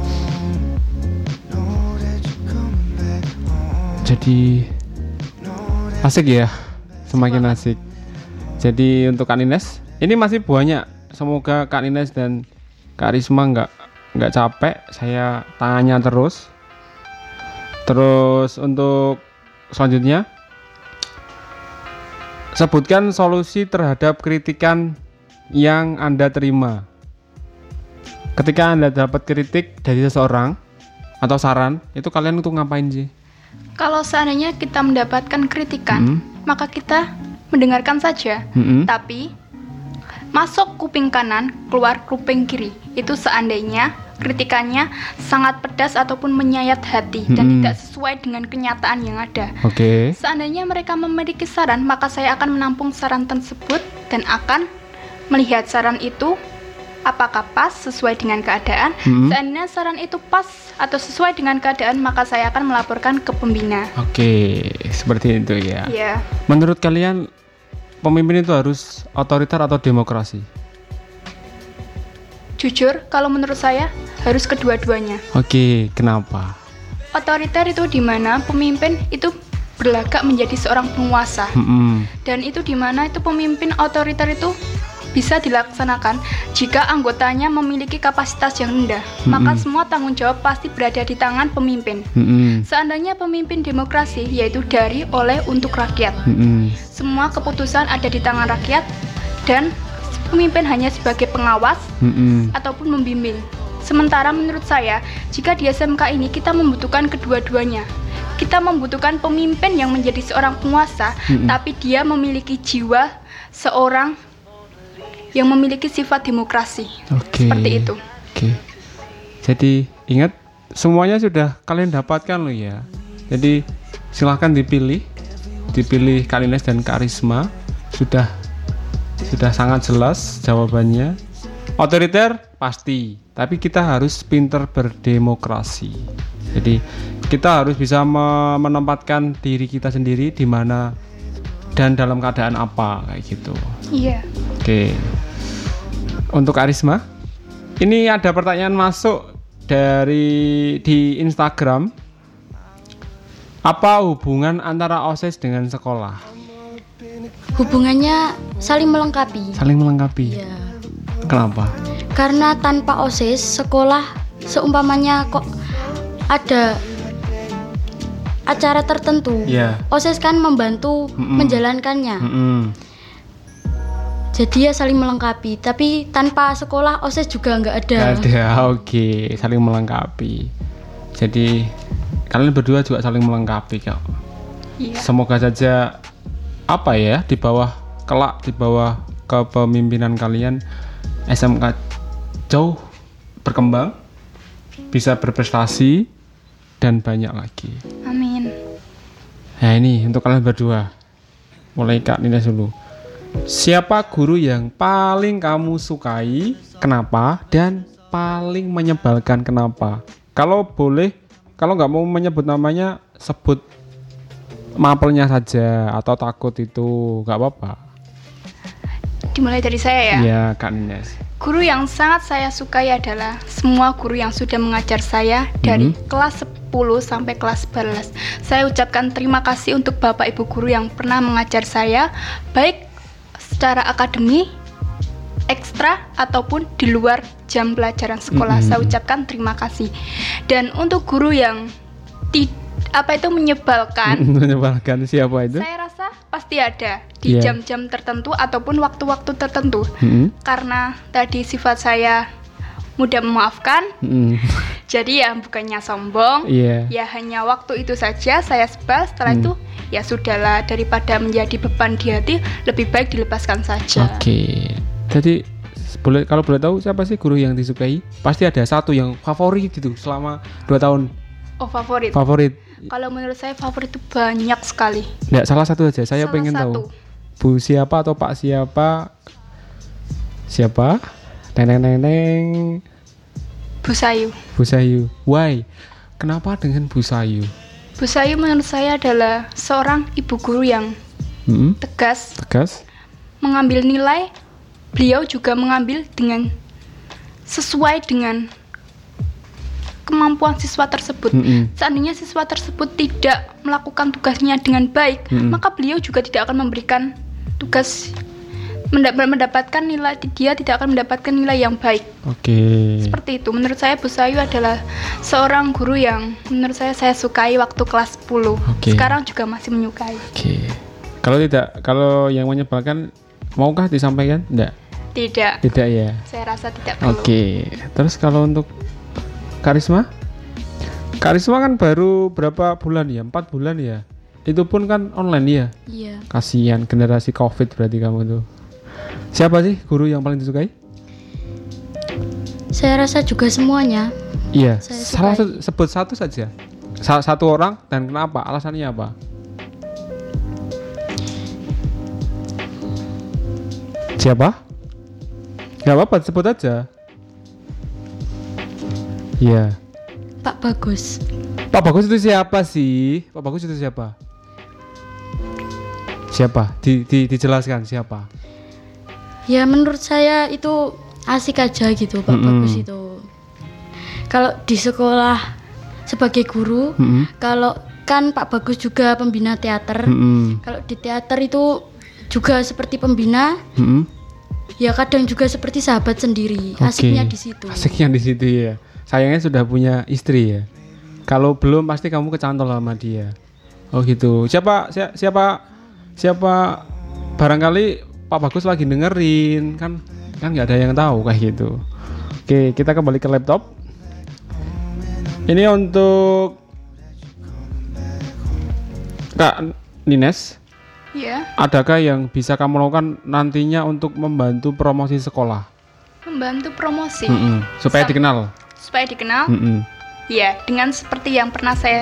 Jadi asik ya, semakin asik. Jadi untuk Kak Nines, ini masih banyak. Semoga Kak Nines dan Kak Risma nggak capek. Saya tanya terus. Terus untuk selanjutnya, sebutkan solusi terhadap kritikan yang Anda terima. Ketika Anda dapat kritik dari seseorang atau saran, itu kalian tuh ngapain sih? Kalau seandainya kita mendapatkan kritikan, maka kita mendengarkan saja. Tapi masuk kuping kanan, keluar kuping kiri. Itu seandainya kritikannya sangat pedas ataupun menyayat hati dan tidak sesuai dengan kenyataan yang ada. Seandainya mereka memiliki saran, maka saya akan menampung saran tersebut dan akan melihat saran itu apakah pas sesuai dengan keadaan. Seandainya saran itu pas atau sesuai dengan keadaan, maka saya akan melaporkan ke pembina. Seperti itu ya. Iya. Menurut kalian pemimpin itu harus otoriter atau demokrasi? Jujur, kalau menurut saya harus kedua-duanya. Kenapa? Otoriter itu di mana pemimpin itu berlagak menjadi seorang penguasa. Dan itu di mana itu pemimpin otoriter itu bisa dilaksanakan jika anggotanya memiliki kapasitas yang rendah. Maka semua tanggung jawab pasti berada di tangan pemimpin. Seandainya pemimpin demokrasi, yaitu dari, oleh, untuk rakyat. Semua keputusan ada di tangan rakyat dan pemimpin hanya sebagai pengawas ataupun membimbing. Sementara menurut saya, jika di SMK ini kita membutuhkan kedua-duanya. Kita membutuhkan pemimpin yang menjadi seorang penguasa, tapi dia memiliki jiwa seorang yang memiliki sifat demokrasi. Seperti itu. Jadi ingat, semuanya sudah kalian dapatkan loh ya. Jadi silahkan dipilih Kak Nines dan Kak Risma. Sudah sangat jelas jawabannya. Otoriter pasti, tapi kita harus pintar berdemokrasi. Jadi kita harus bisa menempatkan diri kita sendiri di mana dan dalam keadaan apa, kayak gitu. Iya. Untuk Kak Risma, ini ada pertanyaan masuk di Instagram. Apa hubungan antara OSIS dengan sekolah? Hubungannya saling melengkapi. Iya. Kenapa? Karena tanpa OSIS, sekolah seumpamanya kok ada acara tertentu. OSIS kan membantu menjalankannya. Jadi ya saling melengkapi. Tapi tanpa sekolah OSIS juga nggak ada. Saling melengkapi. Jadi kalian berdua juga saling melengkapi kok. Iya. Semoga saja di bawah kepemimpinan kalian SMK jauh berkembang, bisa berprestasi dan banyak lagi. Amin. Nah ini untuk kalian berdua. Mulai Kak Nines dulu. Siapa guru yang paling kamu sukai, kenapa, dan paling menyebalkan, kenapa? Kalau boleh, kalau nggak mau menyebut namanya, sebut mapelnya saja atau takut itu nggak apa-apa. Dimulai dari saya ya? Iya, Kak Nines. Guru yang sangat saya sukai adalah semua guru yang sudah mengajar saya dari kelas 10 sampai kelas 11. Saya ucapkan terima kasih untuk Bapak Ibu guru yang pernah mengajar saya, baik secara akademi, ekstra, ataupun di luar jam pelajaran sekolah. Saya ucapkan terima kasih. Dan untuk guru yang menyebalkan. Menyebalkan siapa itu? Saya rasa pasti ada di jam-jam tertentu ataupun waktu-waktu tertentu. Karena tadi sifat saya mudah memaafkan. Jadi ya bukannya sombong, ya hanya waktu itu saja saya sebal. Setelah itu ya sudahlah, daripada menjadi beban di hati, lebih baik dilepaskan saja. Jadi kalau boleh tahu siapa sih guru yang disukai? Pasti ada satu yang favorit gitu selama 2 tahun. Favorit. Kalau menurut saya favorit itu banyak sekali. Ya, salah satu aja. Saya pengen tahu. Bu siapa atau Pak siapa? Siapa? Neng. Bu Sayu. Why? Kenapa dengan Bu Sayu? Bu Sayu menurut saya adalah seorang ibu guru yang tegas, mengambil nilai. Beliau juga mengambil dengan sesuai dengan kemampuan siswa tersebut. Seandainya siswa tersebut tidak melakukan tugasnya dengan baik, maka beliau juga tidak akan memberikan tugas, mendapatkan nilai, dia tidak akan mendapatkan nilai yang baik. Seperti itu. Menurut saya Bu Sayu adalah seorang guru yang menurut saya sukai waktu kelas 10. Sekarang juga masih menyukai. Kalau yang menyebalkan, maukah disampaikan? Tidak ya. Saya rasa tidak perlu. Terus kalau untuk Kak Risma, Kak Risma kan baru berapa bulan ya? 4 bulan ya? Itu pun kan online ya? Iya. Kasihan generasi COVID berarti kamu tuh. Siapa sih guru yang paling disukai? Saya rasa juga semuanya. Iya. Salah sebut satu saja. Satu orang dan kenapa? Alasannya apa? Siapa? Gak apa-apa, sebut aja. Iya. Pak Bagus. Pak Bagus itu siapa sih? Pak Bagus itu siapa? Siapa? Dijelaskan siapa? Ya menurut saya itu asik aja gitu Pak Bagus itu. Kalau di sekolah sebagai guru, kalau kan Pak Bagus juga pembina teater. Kalau di teater itu juga seperti pembina. Ya kadang juga seperti sahabat sendiri. Asiknya di situ. Asiknya di situ ya. Sayangnya sudah punya istri ya. Kalau belum pasti kamu kecantol sama dia. Oh gitu. Siapa barangkali Pak Bagus lagi dengerin kan nggak ada yang tahu kayak gitu. Oke, kita kembali ke laptop. Ini untuk Kak Nines. Iya. Adakah yang bisa kamu lakukan nantinya untuk membantu promosi sekolah? Membantu promosi. Supaya dikenal. Supaya dikenal. Ya, dengan seperti yang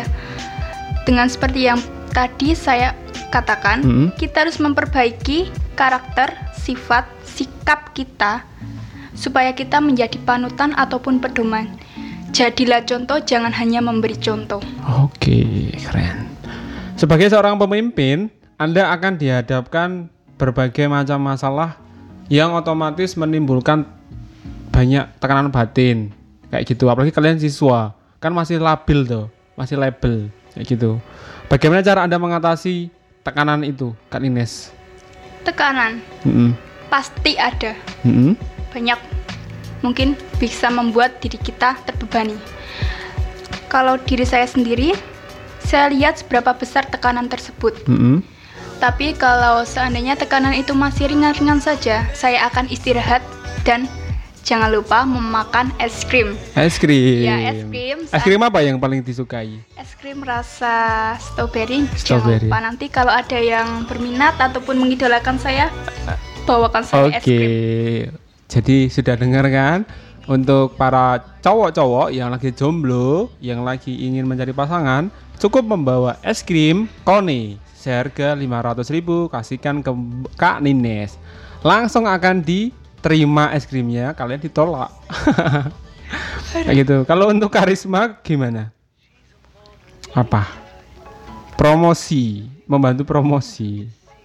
tadi saya katakan, kita harus memperbaiki karakter, sifat, sikap kita supaya kita menjadi panutan ataupun pedoman. Jadilah contoh, jangan hanya memberi contoh. Oke, keren. Sebagai seorang pemimpin, Anda akan dihadapkan berbagai macam masalah yang otomatis menimbulkan banyak tekanan batin. Kayak gitu, apalagi kalian siswa kan masih labil tuh, masih label kayak gitu. Bagaimana cara Anda mengatasi tekanan itu, Kak Nines? Tekanan pasti ada. Banyak, mungkin bisa membuat diri kita terbebani. Kalau diri saya sendiri, saya lihat seberapa besar tekanan tersebut. Tapi kalau seandainya tekanan itu masih ringan-ringan saja, saya akan istirahat dan jangan lupa memakan es krim. Es krim. Ya, es krim. Es krim apa yang paling disukai? Es krim rasa strawberry. Jangan lupa nanti kalau ada yang berminat ataupun mengidolakan saya, bawakan saya es krim. Oke. Jadi sudah dengar kan? Untuk para cowok-cowok yang lagi jomblo, yang lagi ingin mencari pasangan, cukup membawa es krim Kone seharga 500.000, kasihkan ke Kak Nines. Langsung akan diterima es krimnya, kalian ditolak. Kayak gitu. Kalau untuk Karisma gimana? Apa? Promosi, membantu promosi.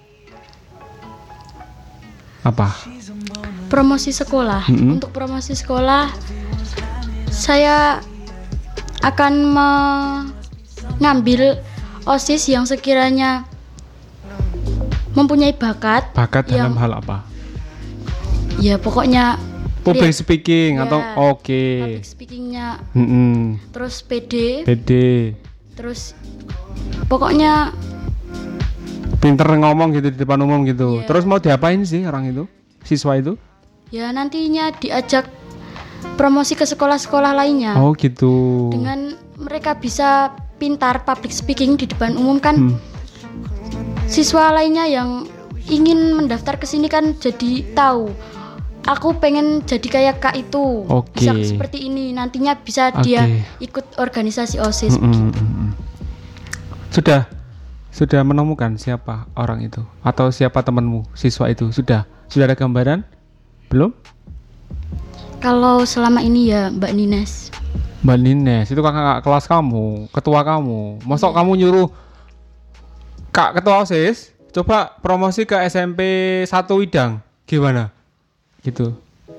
Apa? Promosi sekolah. Untuk promosi sekolah, saya akan mengambil OSIS yang sekiranya mempunyai bakat. Bakat dalam hal apa? Ya pokoknya public speaking ya, atau public speakingnya. Terus PD. Terus pokoknya pinter ngomong gitu di depan umum gitu. Yeah. Terus mau diapain sih orang itu, siswa itu? Ya nantinya diajak promosi ke sekolah-sekolah lainnya. Oh gitu. Dengan mereka bisa pintar public speaking di depan umum kan, siswa lainnya yang ingin mendaftar ke sini kan jadi tahu. Aku pengen jadi kayak Kak itu. Bisa seperti ini. Nantinya bisa dia ikut organisasi OSIS. Sudah menemukan siapa orang itu atau siapa temanmu siswa itu? Sudah ada gambaran? Belum? Kalau selama ini ya Mbak Nines. Mbak Nines itu kakak kelas kamu, ketua kamu. Mosok kamu nyuruh Kak ketua OSIS coba promosi ke SMP 1 Widang, gimana? Gitu.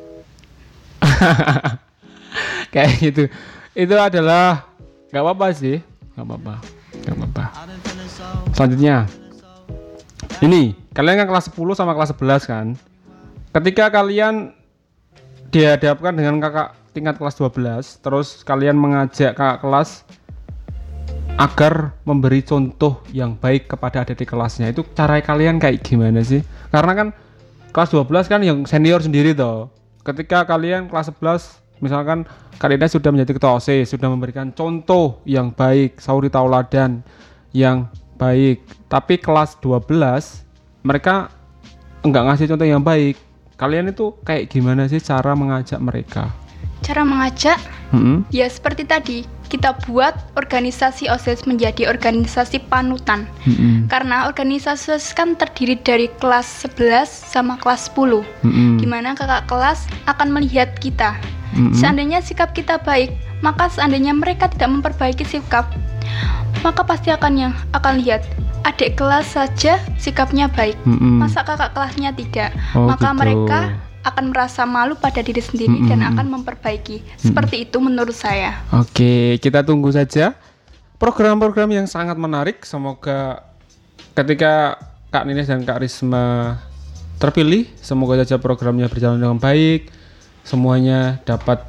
Kayak gitu. Itu adalah nggak apa-apa sih, nggak apa-apa. Selanjutnya, ini kalian kan kelas 10 sama kelas 11 kan. Ketika kalian dihadapkan dengan kakak tingkat kelas 12, terus kalian mengajak kakak kelas agar memberi contoh yang baik kepada adik kelasnya, itu cara kalian kayak gimana sih? Karena kan kelas 12 kan yang senior sendiri toh. Ketika kalian kelas 11 Misalkan Kak Ines sudah menjadi ketua OSIS, sudah memberikan contoh yang baik, sauri tauladan yang baik. Tapi kelas 12 mereka enggak ngasih contoh yang baik. Kalian itu kayak gimana sih cara mengajak mereka? Cara mengajak? Ya seperti tadi, kita buat organisasi OSIS menjadi organisasi panutan. Karena organisasi OSIS kan terdiri dari kelas 11 sama kelas 10. Dimana kakak kelas akan melihat kita. Seandainya sikap kita baik, maka seandainya mereka tidak memperbaiki sikap, maka pasti akan lihat adik kelas saja sikapnya baik, masa kakak kelasnya tidak. Maka gitu. Mereka akan merasa malu pada diri sendiri dan akan memperbaiki. Seperti itu menurut saya. Oke, kita tunggu saja program-program yang sangat menarik. Semoga ketika Kak Nines dan Kak Risma terpilih, semoga saja programnya berjalan dengan baik. Semuanya dapat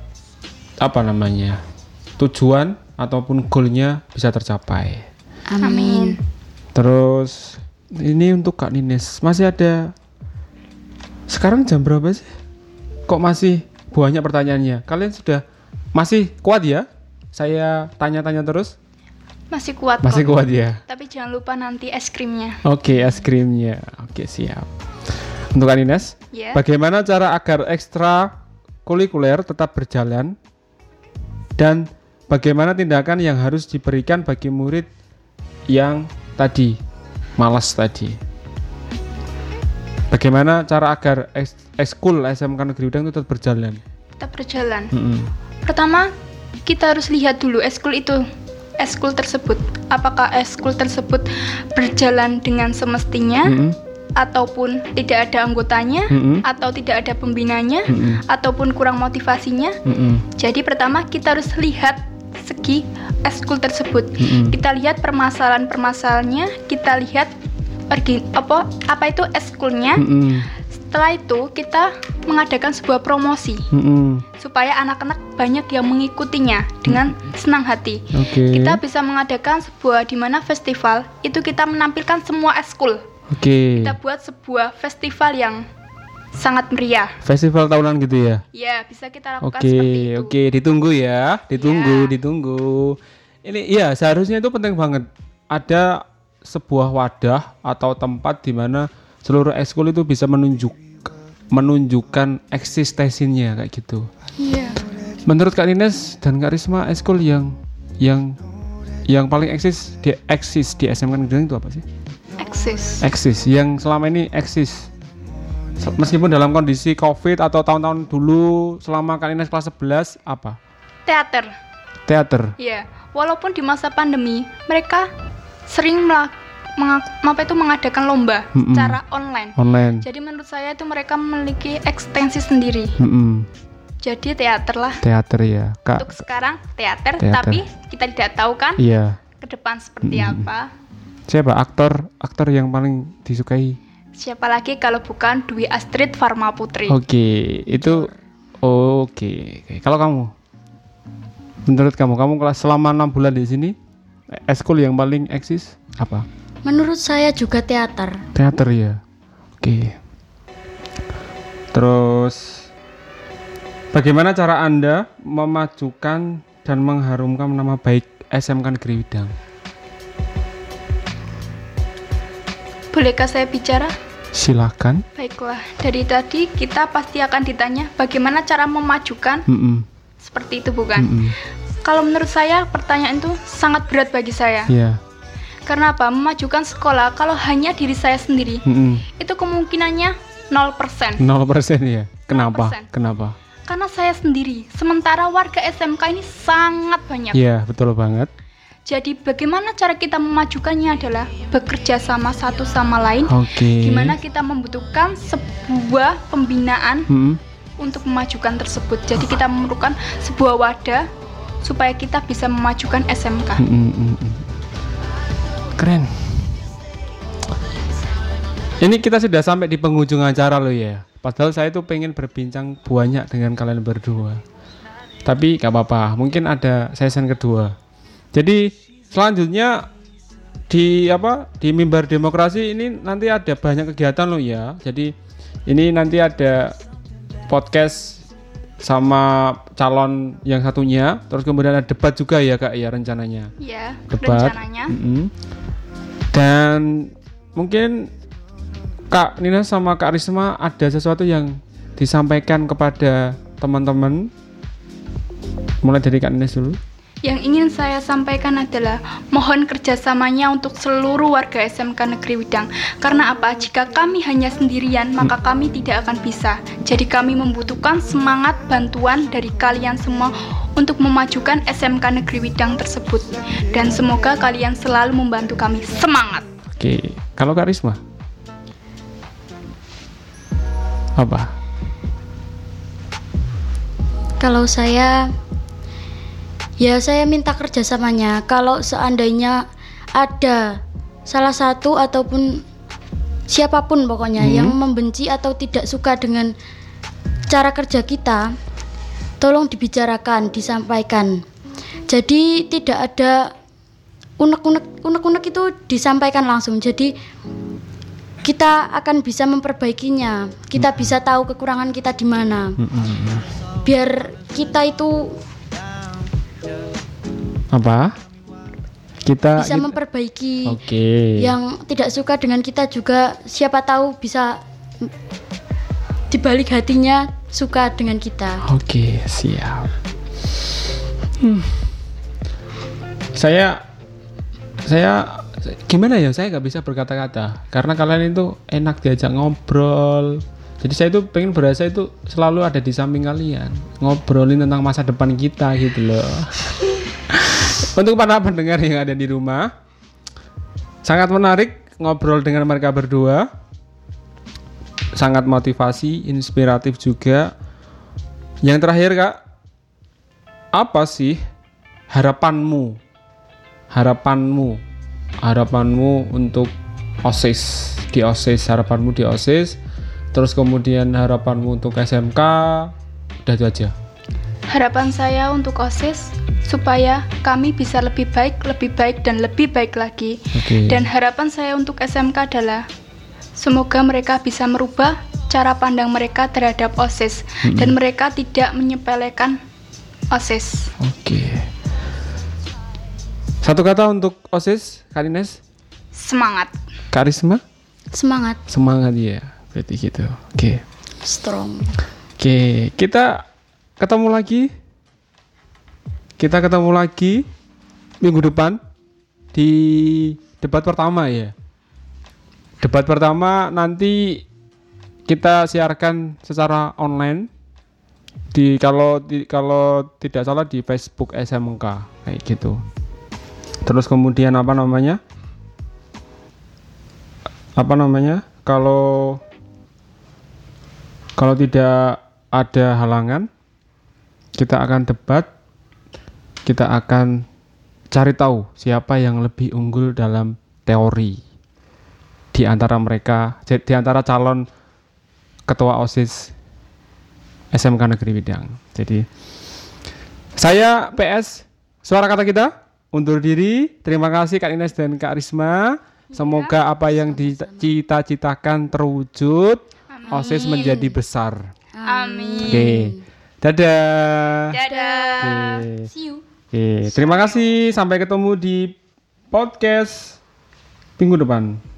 tujuan ataupun goalnya bisa tercapai. Amin. Terus ini untuk Kak Nines, masih ada. Sekarang jam berapa sih? Kok masih banyak pertanyaannya? Kalian sudah masih kuat ya? Saya tanya-tanya terus. Masih kuat. Masih kuat ya. Tapi jangan lupa nanti es krimnya. Oke, es krimnya. Oke, siap. Untuk Kak Nines, bagaimana cara agar ekstra kurikuler tetap berjalan? Dan bagaimana tindakan yang harus diberikan bagi murid yang tadi malas tadi? Bagaimana cara agar ekskul SMK Negeri Udang itu tetap berjalan? Pertama, kita harus lihat dulu ekskul tersebut. Apakah ekskul tersebut berjalan dengan semestinya, ataupun tidak ada anggotanya, atau tidak ada pembinanya, ataupun kurang motivasinya. Jadi pertama kita harus lihat segi ekskul tersebut. Kita lihat permasalahan-permasalahannya, kita lihat apa itu ekskulnya. Setelah itu kita mengadakan sebuah promosi supaya anak-anak banyak yang mengikutinya dengan senang hati. Kita bisa mengadakan sebuah dimana festival itu kita menampilkan semua ekskul. Kita buat sebuah festival yang sangat meriah. Festival tahunan gitu ya? Ya, bisa kita lakukan seperti itu. Ditunggu ya, ditunggu. Ini ya seharusnya itu penting banget. Ada sebuah wadah atau tempat di mana seluruh ekskul itu bisa menunjukkan eksistensinya kayak gitu. Iya. Menurut Kak Nines dan Kak Risma, ekskul yang paling eksis di SMK Negeri itu apa sih? Eksis yang selama ini eksis. Meskipun dalam kondisi Covid atau tahun-tahun dulu selama Kak Nines kelas 11 apa? Teater. Iya. Walaupun di masa pandemi mereka sering mengadakan lomba secara online. Jadi menurut saya itu mereka memiliki ekstensi sendiri. Jadi teater ya Kak. Untuk sekarang teater. Tapi kita tidak tahu kan ke depan seperti apa. Siapa aktor yang paling disukai? Siapa lagi kalau bukan Dwi Astrid Farma Putri. Itu Kalau kamu, menurut kamu kelas selama 6 bulan di sini, ekskul yang paling eksis apa? Menurut saya juga teater ya. Terus bagaimana cara Anda memajukan dan mengharumkan nama baik SMK Negeri Udang? Bolehkah saya bicara? Silakan. Baiklah, dari tadi kita pasti akan ditanya bagaimana cara memajukan. Seperti itu bukan? Kalau menurut saya pertanyaan itu sangat berat bagi saya. Karena apa? Memajukan sekolah kalau hanya diri saya sendiri, itu kemungkinannya 0%. 0% ya. Kenapa? 0%. Kenapa? Karena saya sendiri. Sementara warga SMK ini sangat banyak. Iya, betul banget. Jadi bagaimana cara kita memajukannya adalah bekerja sama satu sama lain. Gimana kita membutuhkan sebuah pembinaan untuk memajukan tersebut. Jadi kita memerlukan sebuah wadah supaya kita bisa memajukan SMK. Keren. Ini kita sudah sampai di penghujung acara loh ya. Padahal saya tuh pengen berbincang banyak dengan kalian berdua. Tapi gak apa-apa, mungkin ada season kedua. Jadi selanjutnya di Mimbar Demokrasi ini nanti ada banyak kegiatan loh ya. Jadi ini nanti ada podcast sama calon yang satunya, terus kemudian ada debat juga ya Kak ya rencananya. Iya, debat. Rencananya. Dan mungkin Kak Nina sama Kak Risma ada sesuatu yang disampaikan kepada teman-teman. Mulai dari Kak Nina dulu. Yang ingin saya sampaikan adalah mohon kerjasamanya untuk seluruh warga SMK Negeri Widang. Karena apa? Jika kami hanya sendirian, maka kami tidak akan bisa. Jadi kami membutuhkan semangat bantuan dari kalian semua untuk memajukan SMK Negeri Widang tersebut. Dan semoga kalian selalu membantu kami. Semangat! Oke, kalau Kak Risma? Apa? Kalau saya minta kerjasamanya. Kalau seandainya ada salah satu ataupun siapapun pokoknya yang membenci atau tidak suka dengan cara kerja kita, tolong dibicarakan, disampaikan. Jadi tidak ada unek-unek itu disampaikan langsung. Jadi kita akan bisa memperbaikinya. Kita bisa tahu kekurangan kita di mana. Biar kita itu apa? Kita bisa memperbaiki. Okay. Yang tidak suka dengan kita juga siapa tahu bisa di balik hatinya suka dengan kita. Oke, siap. Saya gimana ya? Saya nggak bisa berkata-kata karena kalian itu enak diajak ngobrol. Jadi saya itu pengen berasa itu selalu ada di samping kalian, ngobrolin tentang masa depan kita gitu loh. Untuk para pendengar yang ada di rumah, sangat menarik ngobrol dengan mereka berdua. Sangat motivasi, inspiratif juga. Yang terakhir Kak, apa sih harapanmu untuk OSIS, di OSIS, terus kemudian harapanmu untuk SMK, udah itu aja. Harapan saya untuk OSIS supaya kami bisa lebih baik dan lebih baik lagi. Okay. Dan harapan saya untuk SMK adalah semoga mereka bisa merubah cara pandang mereka terhadap OSIS dan mereka tidak menyepelekan OSIS. Oke. Satu kata untuk OSIS, Kak Ines? Semangat. Kak Risma? Semangat. Semangat ya, berarti gitu. Oke. Strong. Oke, kita ketemu lagi minggu depan di debat pertama ya. Debat pertama nanti kita siarkan secara online kalau tidak salah di Facebook SMK kayak gitu. Terus kemudian apa namanya? Kalau tidak ada halangan, kita akan debat, kita akan cari tahu siapa yang lebih unggul dalam teori di antara mereka, di antara calon ketua OSIS SMK Negeri Widang. Jadi saya PS Suara Kata Kita undur diri. Terima kasih Kak Ines dan Kak Risma. Semoga apa yang dicita-citakan terwujud. Amin. OSIS menjadi besar. Amin. Oke. Dadah. Dadah. See you. Oke, terima kasih. Sampai ketemu di podcast minggu depan.